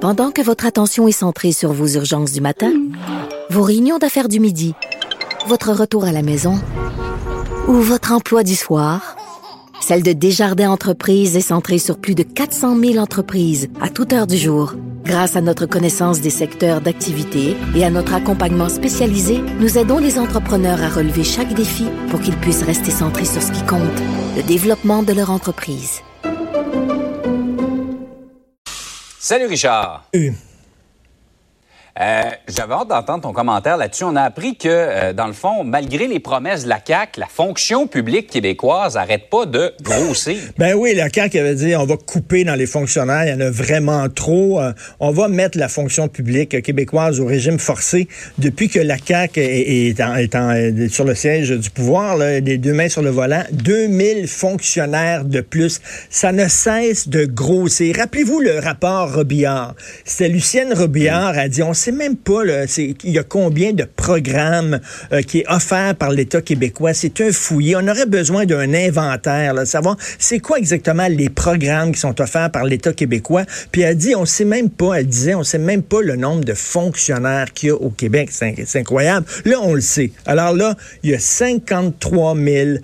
Pendant que votre attention est centrée sur vos urgences du matin, vos réunions d'affaires du midi, votre retour à la maison ou votre emploi du soir, celle de Desjardins Entreprises est centrée sur plus de 400 000 entreprises à toute heure du jour. Grâce à notre connaissance des secteurs d'activité et à notre accompagnement spécialisé, nous aidons les entrepreneurs à relever chaque défi pour qu'ils puissent rester centrés sur ce qui compte, le développement de leur entreprise. Salut Richard. J'avais hâte d'entendre ton commentaire là-dessus. On a appris que, dans le fond, malgré les promesses de la CAQ, la fonction publique québécoise n'arrête pas de grossir. Ben oui, la CAQ avait dit on va couper dans les fonctionnaires, il y en a vraiment trop. On va mettre la fonction publique québécoise au régime forcé. Depuis que la CAQ est sur le siège du pouvoir, là, les deux mains sur le volant, 2000 fonctionnaires de plus. Ça ne cesse de grossir. Rappelez-vous le rapport Robillard. C'était Lucienne Robillard a dit on sait même pas il y a combien de programmes qui est offert par l'État québécois. C'est un fouillis. On aurait besoin d'un inventaire, là, savoir c'est quoi exactement les programmes qui sont offerts par l'État québécois. Puis elle dit, on sait même pas le nombre de fonctionnaires qu'il y a au Québec. C'est incroyable. Là, on le sait. Alors là, il y a 53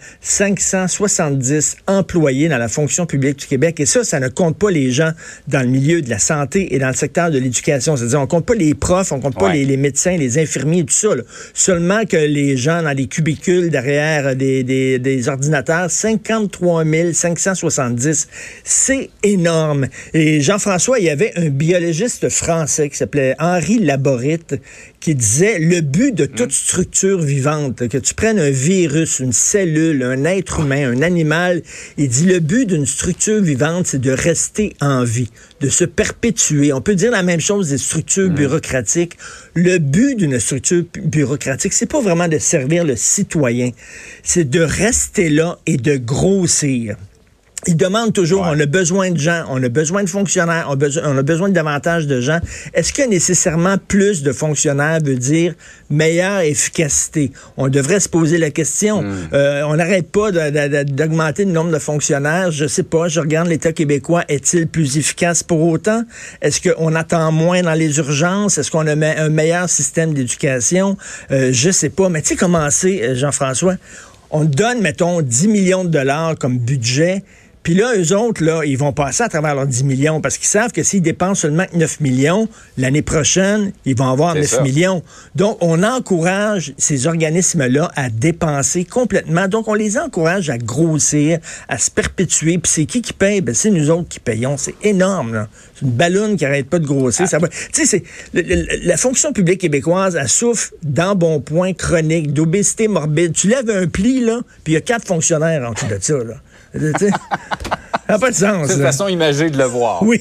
570 employés dans la fonction publique du Québec. Et ça ne compte pas les gens dans le milieu de la santé et dans le secteur de l'éducation. C'est-à-dire, on compte pas les profs, on compte pas les médecins, les infirmiers, tout ça. Là. Seulement que les gens dans les cubicules derrière des ordinateurs, 53 570. C'est énorme. Et Jean-François, il y avait un biologiste français qui s'appelait Henri Laborit qui disait le but de toute structure vivante, que tu prennes un virus, une cellule, un être humain, un animal, il dit le but d'une structure vivante, c'est de rester en vie, de se perpétuer. On peut dire la même chose des structures bureaucratiques. Le but d'une structure bureaucratique, c'est pas vraiment de servir le citoyen, c'est de rester là et de grossir. Ils demandent toujours, on a besoin de gens, on a besoin de fonctionnaires, on a besoin de davantage de gens. Est-ce que nécessairement plus de fonctionnaires veut dire meilleure efficacité? On devrait se poser la question. On n'arrête pas d'augmenter le nombre de fonctionnaires. Je sais pas, je regarde l'État québécois, est-il plus efficace pour autant? Est-ce qu'on attend moins dans les urgences? Est-ce qu'on a un meilleur système d'éducation? Je sais pas. Mais tu sais comment c'est, Jean-François? On donne, mettons, 10 millions de dollars comme budget. Puis là, eux autres, là, ils vont passer à travers leurs 10 millions parce qu'ils savent que s'ils dépensent seulement 9 millions, l'année prochaine, ils vont avoir 9 millions. Donc, on encourage ces organismes-là à dépenser complètement. Donc, on les encourage à grossir, à se perpétuer. Puis c'est qui paye? Ben, c'est nous autres qui payons. C'est énorme, là. C'est une balloune qui n'arrête pas de grossir. Ça va. Tu sais, la fonction publique québécoise, elle souffre d'embonpoint chronique, d'obésité morbide. Tu lèves un pli, là, puis il y a 4 fonctionnaires en dessous de ça, là. Ça n'a pas de sens. C'est une façon imagée de le voir. Oui.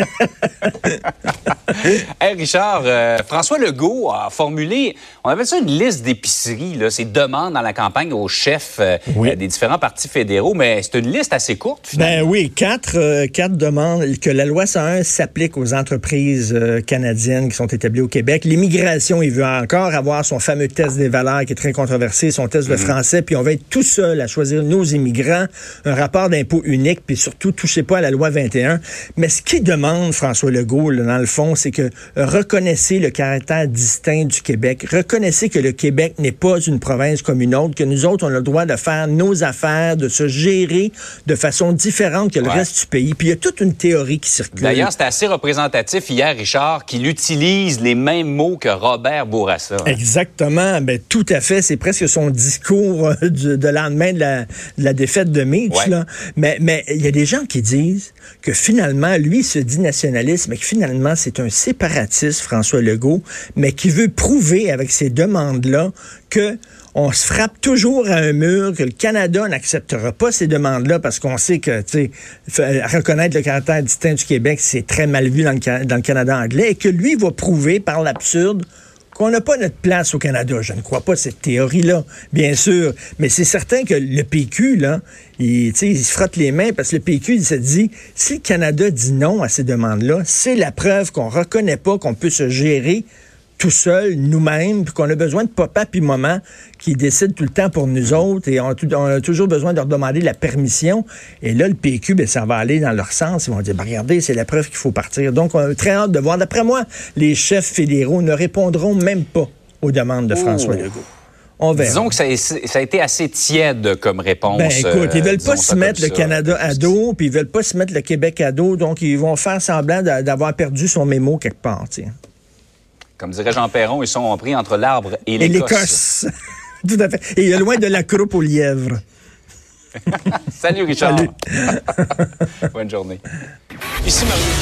Hey Richard, François Legault a formulé, on appelle ça une liste d'épiceries, là, ses demandes dans la campagne aux chefs des différents partis fédéraux, mais c'est une liste assez courte, finalement. Ben oui, quatre demandes, que la loi 101 s'applique aux entreprises canadiennes qui sont établies au Québec. L'immigration, il veut encore avoir son fameux test des valeurs qui est très controversé, son test de français, puis on va être tout seul à choisir nos immigrants, un rapport d'impôt unique, puis surtout, touchez pas à la loi 21. Mais ce qu'il demande, François Legault, là, dans le fond, c'est que reconnaissez le caractère distinct du Québec. Reconnaissez que le Québec n'est pas une province comme une autre, que nous autres, on a le droit de faire nos affaires, de se gérer de façon différente que le reste du pays. Puis il y a toute une théorie qui circule. D'ailleurs, c'était assez représentatif hier, Richard, qu'il utilise les mêmes mots que Robert Bourassa. Exactement. Ben, tout à fait. C'est presque son discours de lendemain de la défaite de Mitch. Là. Mais il y a des gens qui disent que finalement, lui, se dit nationaliste, mais que finalement, c'est un séparatiste, François Legault, mais qui veut prouver avec ces demandes-là que on se frappe toujours à un mur, que le Canada n'acceptera pas ces demandes-là parce qu'on sait que, tu sais, reconnaître le caractère distinct du Québec, c'est très mal vu dans le Canada anglais, et que lui va prouver par l'absurde qu'on n'a pas notre place au Canada. Je ne crois pas cette théorie-là, bien sûr. Mais c'est certain que le PQ, là, il se frotte les mains parce que le PQ, il se dit, si le Canada dit non à ces demandes-là, c'est la preuve qu'on ne reconnaît pas qu'on peut se gérer tout seul, nous-mêmes, puis qu'on a besoin de papa puis maman qui décident tout le temps pour nous autres, et on a toujours besoin de leur demander la permission. Et là, le PQ, ça va aller dans leur sens. Ils vont dire, regardez, c'est la preuve qu'il faut partir. Donc, on a très hâte de voir. D'après moi, les chefs fédéraux ne répondront même pas aux demandes de François Legault. On verra. Disons que ça a été assez tiède comme réponse. Écoute, ils veulent pas se mettre le Canada à dos, puis ils veulent pas se mettre le Québec à dos, donc ils vont faire semblant d'avoir perdu son mémo quelque part, tiens. Comme dirait Jean Perron, ils sont pris entre l'arbre et l'Écosse. Tout à fait. Et il est loin de la croupe aux lièvres. Salut, Richard. Salut. Bonne journée. Ici Marie.